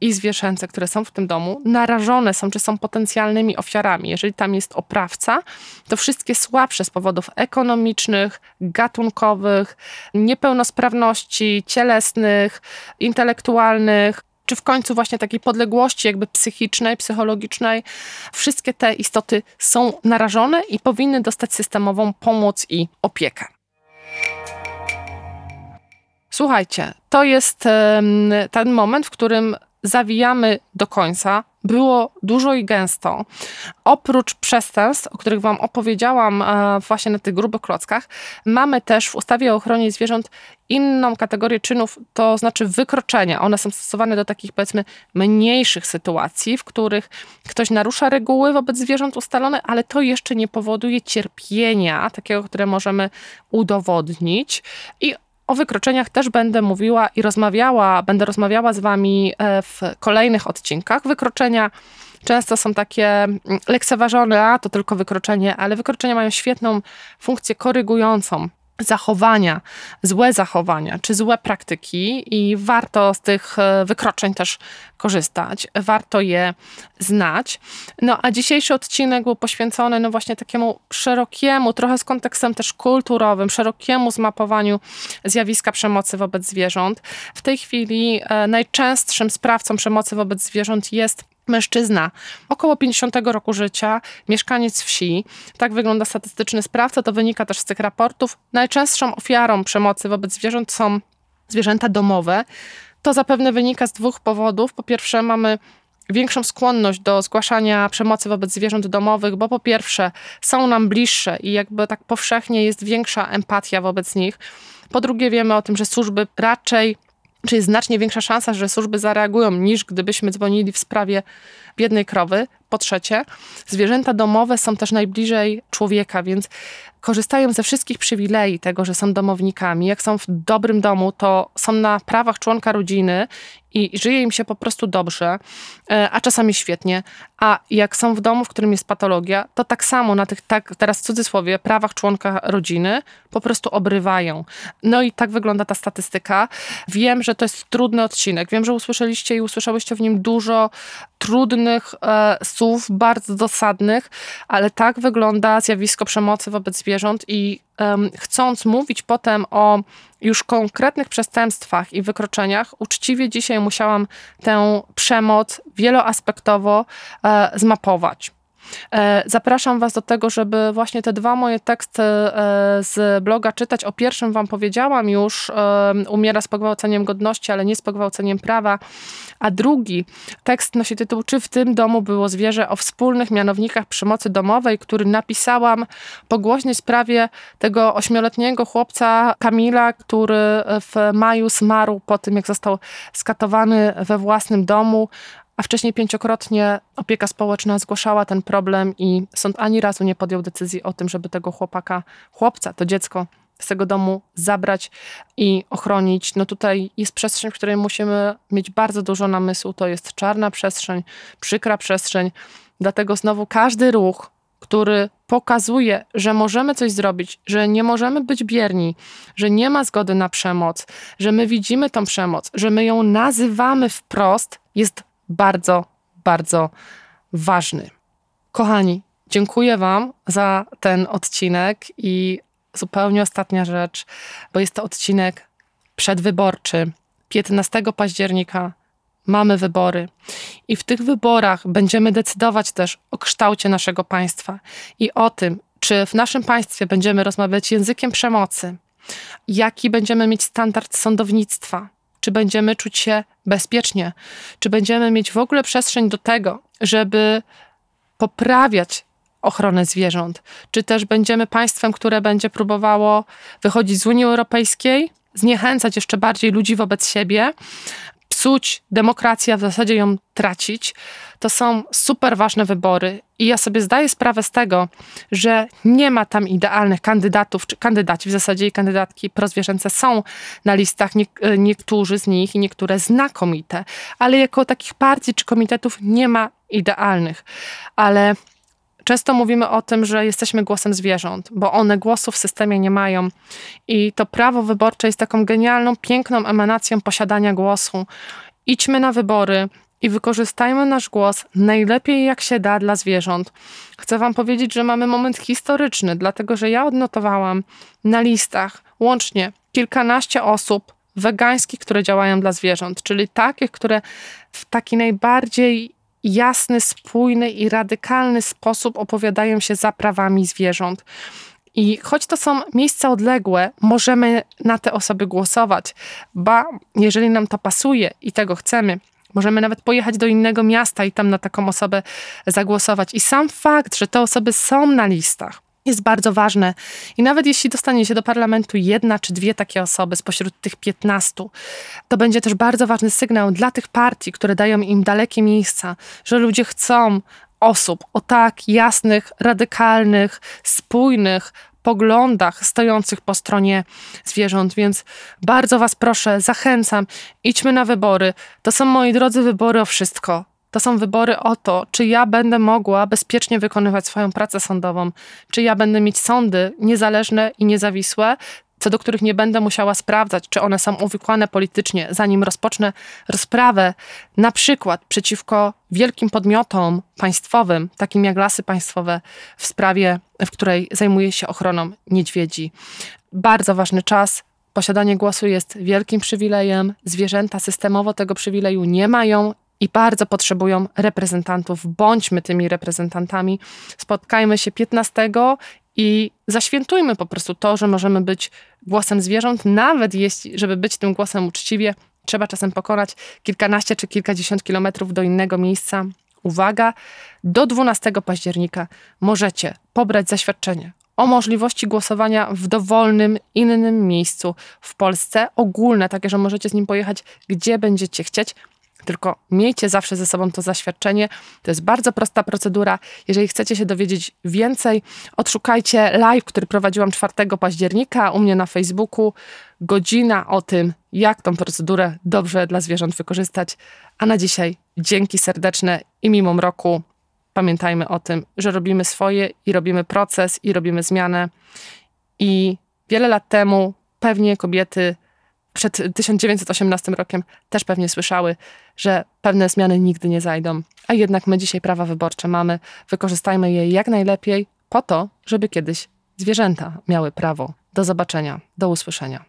i zwierzęce, które są w tym domu, narażone są, czy są potencjalnymi ofiarami. Jeżeli tam jest oprawca, to wszystkie słabsze z powodów ekonomicznych, gatunkowych, niepełnosprawności cielesnych, intelektualnych, czy w końcu właśnie takiej podległości jakby psychicznej, psychologicznej, wszystkie te istoty są narażone i powinny dostać systemową pomoc i opiekę. Słuchajcie, to jest ten moment, w którym zawijamy do końca. Było dużo i gęsto. Oprócz przestępstw, o których wam opowiedziałam właśnie na tych grubych klockach, mamy też w ustawie o ochronie zwierząt inną kategorię czynów, to znaczy wykroczenia. One są stosowane do takich, powiedzmy, mniejszych sytuacji, w których ktoś narusza reguły wobec zwierząt ustalone, ale to jeszcze nie powoduje cierpienia, takiego, które możemy udowodnić. I o wykroczeniach też będę mówiła i będę rozmawiała z wami w kolejnych odcinkach. Wykroczenia często są takie lekceważone, to tylko wykroczenie, ale wykroczenia mają świetną funkcję korygującą zachowania, złe zachowania czy złe praktyki i warto z tych wykroczeń też korzystać, warto je znać. No a dzisiejszy odcinek był poświęcony właśnie takiemu szerokiemu, trochę z kontekstem też kulturowym, szerokiemu zmapowaniu zjawiska przemocy wobec zwierząt. W tej chwili najczęstszym sprawcą przemocy wobec zwierząt jest mężczyzna, około 50 roku życia, mieszkaniec wsi. Tak wygląda statystyczny sprawca, to wynika też z tych raportów. Najczęstszą ofiarą przemocy wobec zwierząt są zwierzęta domowe. To zapewne wynika z dwóch powodów. Po pierwsze, mamy większą skłonność do zgłaszania przemocy wobec zwierząt domowych, bo po pierwsze są nam bliższe i jakby tak powszechnie jest większa empatia wobec nich. Po drugie, wiemy o tym, że służby raczej, czy jest znacznie większa szansa, że służby zareagują, niż gdybyśmy dzwonili w sprawie biednej krowy. Po trzecie, zwierzęta domowe są też najbliżej człowieka, więc korzystają ze wszystkich przywilei tego, że są domownikami. Jak są w dobrym domu, to są na prawach członka rodziny i żyje im się po prostu dobrze, a czasami świetnie. A jak są w domu, w którym jest patologia, to tak samo na tych, tak teraz w cudzysłowie, prawach członka rodziny po prostu obrywają. No i tak wygląda ta statystyka. Wiem, że to jest trudny odcinek. Wiem, że usłyszeliście i usłyszałyście w nim dużo trudnych słów, bardzo dosadnych, ale tak wygląda zjawisko przemocy wobec zwierząt i chcąc mówić potem o już konkretnych przestępstwach i wykroczeniach, uczciwie dzisiaj musiałam tę przemoc wieloaspektowo zmapować. Zapraszam was do tego, żeby właśnie te dwa moje teksty z bloga czytać. O pierwszym wam powiedziałam już, umiera z pogwałceniem godności, ale nie z pogwałceniem prawa. A drugi tekst nosi tytuł Czy w tym domu było zwierzę? O wspólnych mianownikach przemocy domowej, który napisałam po głośnej sprawie tego 8-letniego chłopca Kamila, który w maju zmarł po tym, jak został skatowany we własnym domu. A wcześniej 5-krotnie opieka społeczna zgłaszała ten problem i sąd ani razu nie podjął decyzji o tym, żeby tego chłopca, to dziecko z tego domu zabrać i ochronić. No tutaj jest przestrzeń, w której musimy mieć bardzo dużo namysłu. To jest czarna przestrzeń, przykra przestrzeń. Dlatego znowu każdy ruch, który pokazuje, że możemy coś zrobić, że nie możemy być bierni, że nie ma zgody na przemoc, że my widzimy tą przemoc, że my ją nazywamy wprost, jest bardzo, bardzo ważny. Kochani, dziękuję wam za ten odcinek i zupełnie ostatnia rzecz, bo jest to odcinek przedwyborczy. 15 października mamy wybory i w tych wyborach będziemy decydować też o kształcie naszego państwa i o tym, czy w naszym państwie będziemy rozmawiać językiem przemocy, jaki będziemy mieć standard sądownictwa, czy będziemy czuć się bezpiecznie, czy będziemy mieć w ogóle przestrzeń do tego, żeby poprawiać ochronę zwierząt, czy też będziemy państwem, które będzie próbowało wychodzić z Unii Europejskiej, zniechęcać jeszcze bardziej ludzi wobec siebie, psuć demokrację, a w zasadzie ją tracić. To są super ważne wybory i ja sobie zdaję sprawę z tego, że nie ma tam idealnych kandydatów, czy kandydaci w zasadzie i kandydatki prozwierzęce są na listach, niektórzy z nich i niektóre znakomite, ale jako takich partii czy komitetów nie ma idealnych. Ale często mówimy o tym, że jesteśmy głosem zwierząt, bo one głosu w systemie nie mają i to prawo wyborcze jest taką genialną, piękną emanacją posiadania głosu. Idźmy na wybory, i wykorzystajmy nasz głos najlepiej jak się da dla zwierząt. Chcę wam powiedzieć, że mamy moment historyczny, dlatego że ja odnotowałam na listach łącznie kilkanaście osób wegańskich, które działają dla zwierząt, czyli takich, które w taki najbardziej jasny, spójny i radykalny sposób opowiadają się za prawami zwierząt. I choć to są miejsca odległe, możemy na te osoby głosować, ba, jeżeli nam to pasuje i tego chcemy, możemy nawet pojechać do innego miasta i tam na taką osobę zagłosować. I sam fakt, że te osoby są na listach, jest bardzo ważne. I nawet jeśli dostanie się do parlamentu 1 czy 2 takie osoby spośród tych 15, to będzie też bardzo ważny sygnał dla tych partii, które dają im dalekie miejsca, że ludzie chcą osób o tak jasnych, radykalnych, spójnych poglądach stojących po stronie zwierząt. Więc bardzo was proszę, zachęcam, idźmy na wybory. To są, moi drodzy, wybory o wszystko. To są wybory o to, czy ja będę mogła bezpiecznie wykonywać swoją pracę sądową, czy ja będę mieć sądy niezależne i niezawisłe, co do których nie będę musiała sprawdzać, czy one są uwikłane politycznie, zanim rozpocznę rozprawę, na przykład przeciwko wielkim podmiotom państwowym, takim jak Lasy Państwowe, w sprawie, w której zajmuje się ochroną niedźwiedzi. Bardzo ważny czas. Posiadanie głosu jest wielkim przywilejem. Zwierzęta systemowo tego przywileju nie mają i bardzo potrzebują reprezentantów. Bądźmy tymi reprezentantami. Spotkajmy się 15 i zaświętujmy po prostu to, że możemy być głosem zwierząt, nawet jeśli, żeby być tym głosem uczciwie, trzeba czasem pokonać kilkanaście czy kilkadziesiąt kilometrów do innego miejsca. Uwaga, do 12 października możecie pobrać zaświadczenie o możliwości głosowania w dowolnym, innym miejscu w Polsce, ogólne, takie, że możecie z nim pojechać, gdzie będziecie chcieć. Tylko miejcie zawsze ze sobą to zaświadczenie. To jest bardzo prosta procedura. Jeżeli chcecie się dowiedzieć więcej, odszukajcie live, który prowadziłam 4 października u mnie na Facebooku. Godzina o tym, jak tą procedurę dobrze dla zwierząt wykorzystać. A na dzisiaj dzięki serdeczne i mimo mroku pamiętajmy o tym, że robimy swoje i robimy proces i robimy zmianę. I wiele lat temu pewnie kobiety przed 1918 rokiem też pewnie słyszały, że pewne zmiany nigdy nie zajdą. A jednak my dzisiaj prawa wyborcze mamy. Wykorzystajmy je jak najlepiej po to, żeby kiedyś zwierzęta miały prawo. Do zobaczenia, do usłyszenia.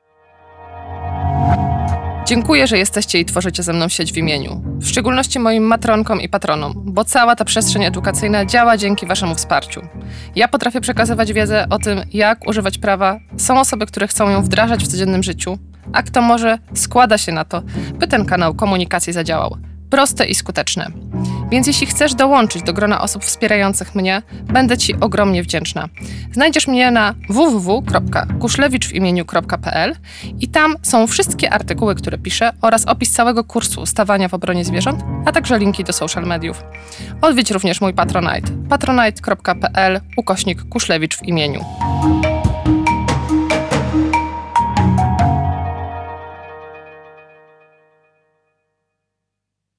Dziękuję, że jesteście i tworzycie ze mną sieć w imieniu. W szczególności moim matronkom i patronom, bo cała ta przestrzeń edukacyjna działa dzięki waszemu wsparciu. Ja potrafię przekazywać wiedzę o tym, jak używać prawa. Są osoby, które chcą ją wdrażać w codziennym życiu, a kto może, składa się na to, by ten kanał komunikacji zadziałał. Proste i skuteczne. Więc jeśli chcesz dołączyć do grona osób wspierających mnie, będę ci ogromnie wdzięczna. Znajdziesz mnie na www.kuszlewiczwimieniu.pl i tam są wszystkie artykuły, które piszę oraz opis całego kursu stawania w obronie zwierząt, a także linki do social mediów. Odwiedź również mój Patronite. patronite.pl/Kuszlewicz w imieniu.